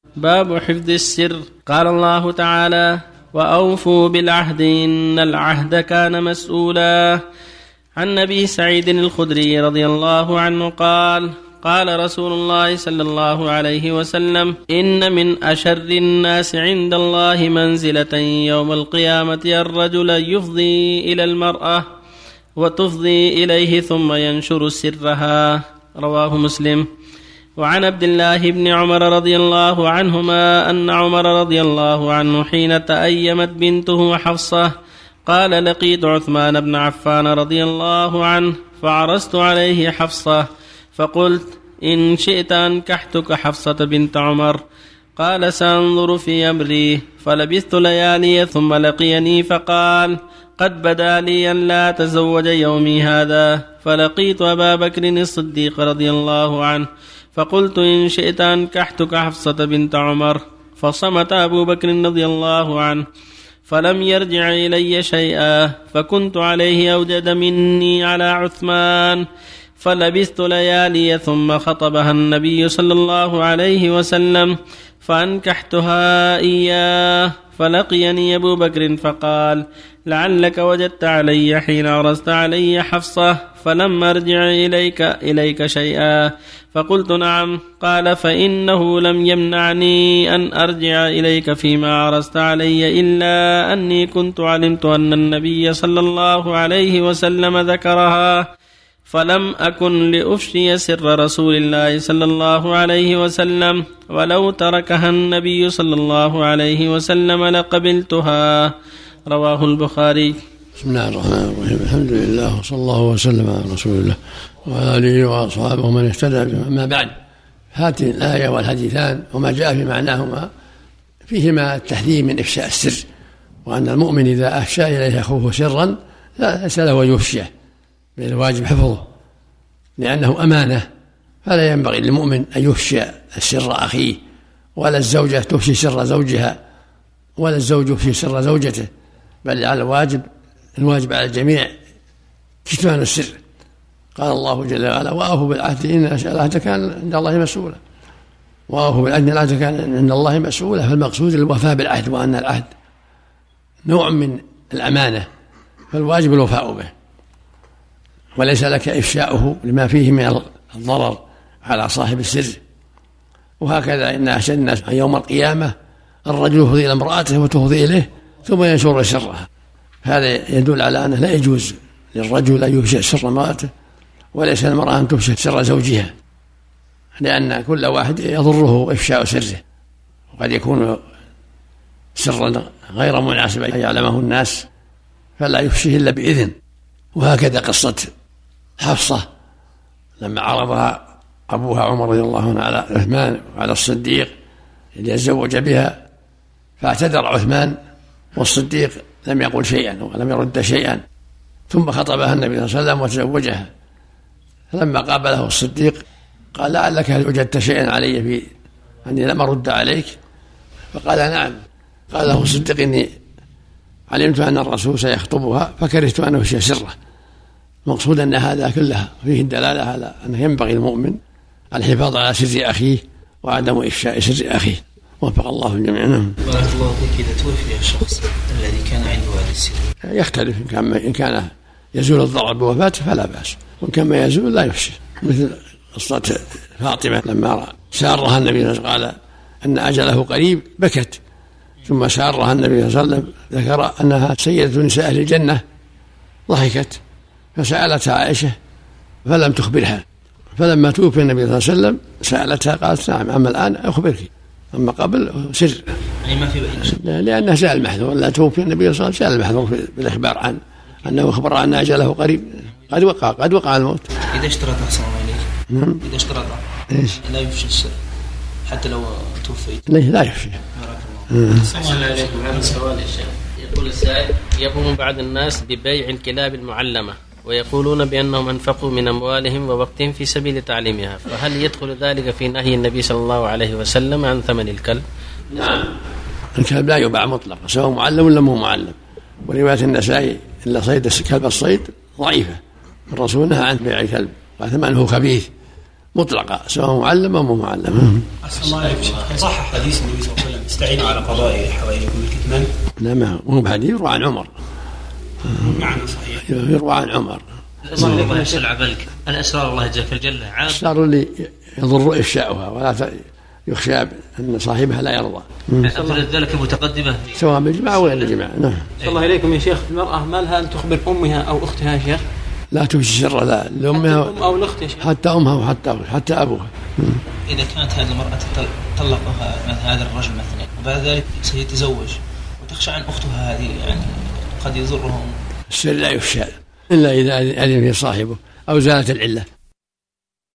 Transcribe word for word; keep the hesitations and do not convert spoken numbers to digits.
باب حفظ السر. قال الله تعالى: وأوفوا بالعهد إن العهد كان مسؤولا. عن أبي سعيد الخدري رضي الله عنه قال: قال رسول الله صلى الله عليه وسلم: إن من أشر الناس عند الله منزلة يوم القيامة الرجل يفضي إلى المرأة وتفضي إليه ثم ينشر سرها. رواه مسلم. وعن عبد الله بن عمر رضي الله عنهما أن عمر رضي الله عنه حين تأيمت بنته حفصة قال: لقيت عثمان بن عفان رضي الله عنه فعرضت عليه حفصة فقلت: إن شئت أنكحتك حفصة بنت عمر. قال: سأنظر في أمري. فلبثت ليالي ثم لقيني فقال: قد بدا لي أن لا أتزوج يومي هذا. فلقيت أبا بكر الصديق رضي الله عنه فقلت: إن شئت أنكحتك حفصة بنت عمر. فصمت أبو بكر رضي الله عنه فلم يرجع إلي شيئا، فكنت عليه أوجد مني على عثمان. فلبثت ليالي ثم خطبها النبي صلى الله عليه وسلم فأنكحتها إياه. فلقيني أبو بكر فقال: لعلك وجدت علي حين عرضت علي حفصة فلم أرجع إليك إليك شيئا. فقلت: نعم. قال: فإنه لم يمنعني أن أرجع إليك فيما عرضت علي إلا أني كنت علمت أن النبي صلى الله عليه وسلم ذكرها، فلم أكن لأفشي سر رسول الله صلى الله عليه وسلم، ولو تركها النبي صلى الله عليه وسلم لقبلتها. رواه البخاري. بسم الله الرحمن الرحيم. الحمد لله وصلى الله وسلم على رسول الله وعلى آله وأصحابه ومن اهتدى بهداه. أما بعد، هاتين الآية والحديثان وما جاء في معناهما فيهما التحذير من إفشاء السر، وأن المؤمن إذا أفشى إليه أخوه سرا ليس له أن يفشيه، بل الواجب حفظه لأنه أمانة، فلا ينبغي للمؤمن أن يفشي سر أخيه، ولا الزوجة تفشي سر زوجها، ولا الزوج يفشي سر زوجته، بل على الواجب الواجب على الجميع كتمان السر. قال الله جل وعلا: وأوفوا بالعهد إن العهد كان عند الله مسؤولا. وأوفوا بالعهد إن العهد كان عند الله مسؤولا. فالمقصود الوفاء بالعهد، وأن العهد نوع من الأمانة، فالواجب الوفاء به، وليس لك إفشاؤه لما فيه من الضرر على صاحب السر. وهكذا إن أشد الناس يوم القيامة الرجل يفضي إلى امرأته وتفضي إليه ثم ينشر سرها. هذا يدل على أنه لا يجوز للرجل أن يفشي سر امرأته، وليس المرأة أن تفشي سر زوجها، لأن كل واحد يضره إفشاء سره، وقد يكون سرا غير مناسب أن يعلمه الناس، فلا يفشيه إلا بإذن. وهكذا قصة حفصة لما عرضها أبوها عمر رضي الله عنه على عثمان وعلى الصديق ليتزوج بها، فاعتذر عثمان والصديق لم يقل شيئا ولم يرد شيئا، ثم خطبها النبي صلى الله عليه وسلم وتزوجها. فلما قابله الصديق قال: لعلك هل وجدت شيئا علي في أني لم أرد عليك؟ فقال: نعم. قال له الصديق: إني علمت أن الرسول سيخطبها فكرهت أن أفشي سره. المقصود أن هذا كلها فيه الدلالة على أنه ينبغي المؤمن الحفاظ على سر أخيه وعدم إفشاء سر أخيه. وفق الله الجميع. بارك الله فيك. إذا توفي الشخص الذي كان عنده هذا السر يختلف، إن كان, إن كان يزول الضرر بوفاته فلا بأس، وإن كان ما يزول لا يفشي، مثل قصة فاطمة لما سارها النبي صلى الله عليه وسلم قال أن أجله قريب بكت، ثم سارها النبي صلى الله عليه وسلم ذكر أنها سيدة نساء أهل الجنة، ضحكت فسألتها عائشة فلم تخبرها، فلما توفي النبي صلى الله عليه وسلم سألتها قالت: نعم، أما الآن أخبرك، أما قبل سر. يعني ما في بأي، لأنه سأل المحذور، لا توفي النبي صلى الله عليه وسلم سأل المحذور بالإخبار عنه أنه أخبر أن أجله قريب، قد وقع قد وقع الموت. إذا اشترط أحسن الله إليك، إذا اشترط إيش؟ لا يفشي السر حتى لو توفيت. ليه لا يفشي؟ السلام عليكم. هذا سؤال يا شيخ. يقول السائل: يقوم بعض الناس ببيع الكلاب المعلمة ويقولون بأنهم أنفقوا من أموالهم ووقتهم في سبيل تعليمها، فهل يدخل ذلك في نهي النبي صلى الله عليه وسلم عن ثمن الكلب؟ نعم، الكلب لا يباع مطلقا سواء معلم ولا مو معلم. ورواية النسائي إلا صيد كلب الصيد ضعيفة، الرسول نهى عن بيع الكلب قال ثمنه خبيث، مطلقة سواء معلم أو مو معلم. صح حديث النبي صلى الله عليه وسلم استعينوا على قضاء حوائجكم بالكتمان؟ لا مو بحديث، يروى عن عمر. معنى صحيح. يروى عن عمر. الله يسلع بالك الأسرار الله جل جلاله عام. الأسرار اللي يضر إفشاؤها ولا يخشى أن صاحبها لا يرضى. أفضل ذلك متقدمة سواء بالجماعة وغير الجماعة. نعم. الله إليكم يا شيخ، المرأة ما لها أن تخبر أمها أو أختها يا شيخ؟ لا تفشي سر لا لأمها أو الأخت يا شيخ، حتى أمها وحتى حتى أبوها. إذا كانت هذه المرأة طلقها هذا الرجل مثلا وبعد ذلك سيتزوج وتخشى عن أختها هذه يعني قد يضرهم، السر لا يفشى إلا إذا أذن فيه صاحبه أو زالت العلة.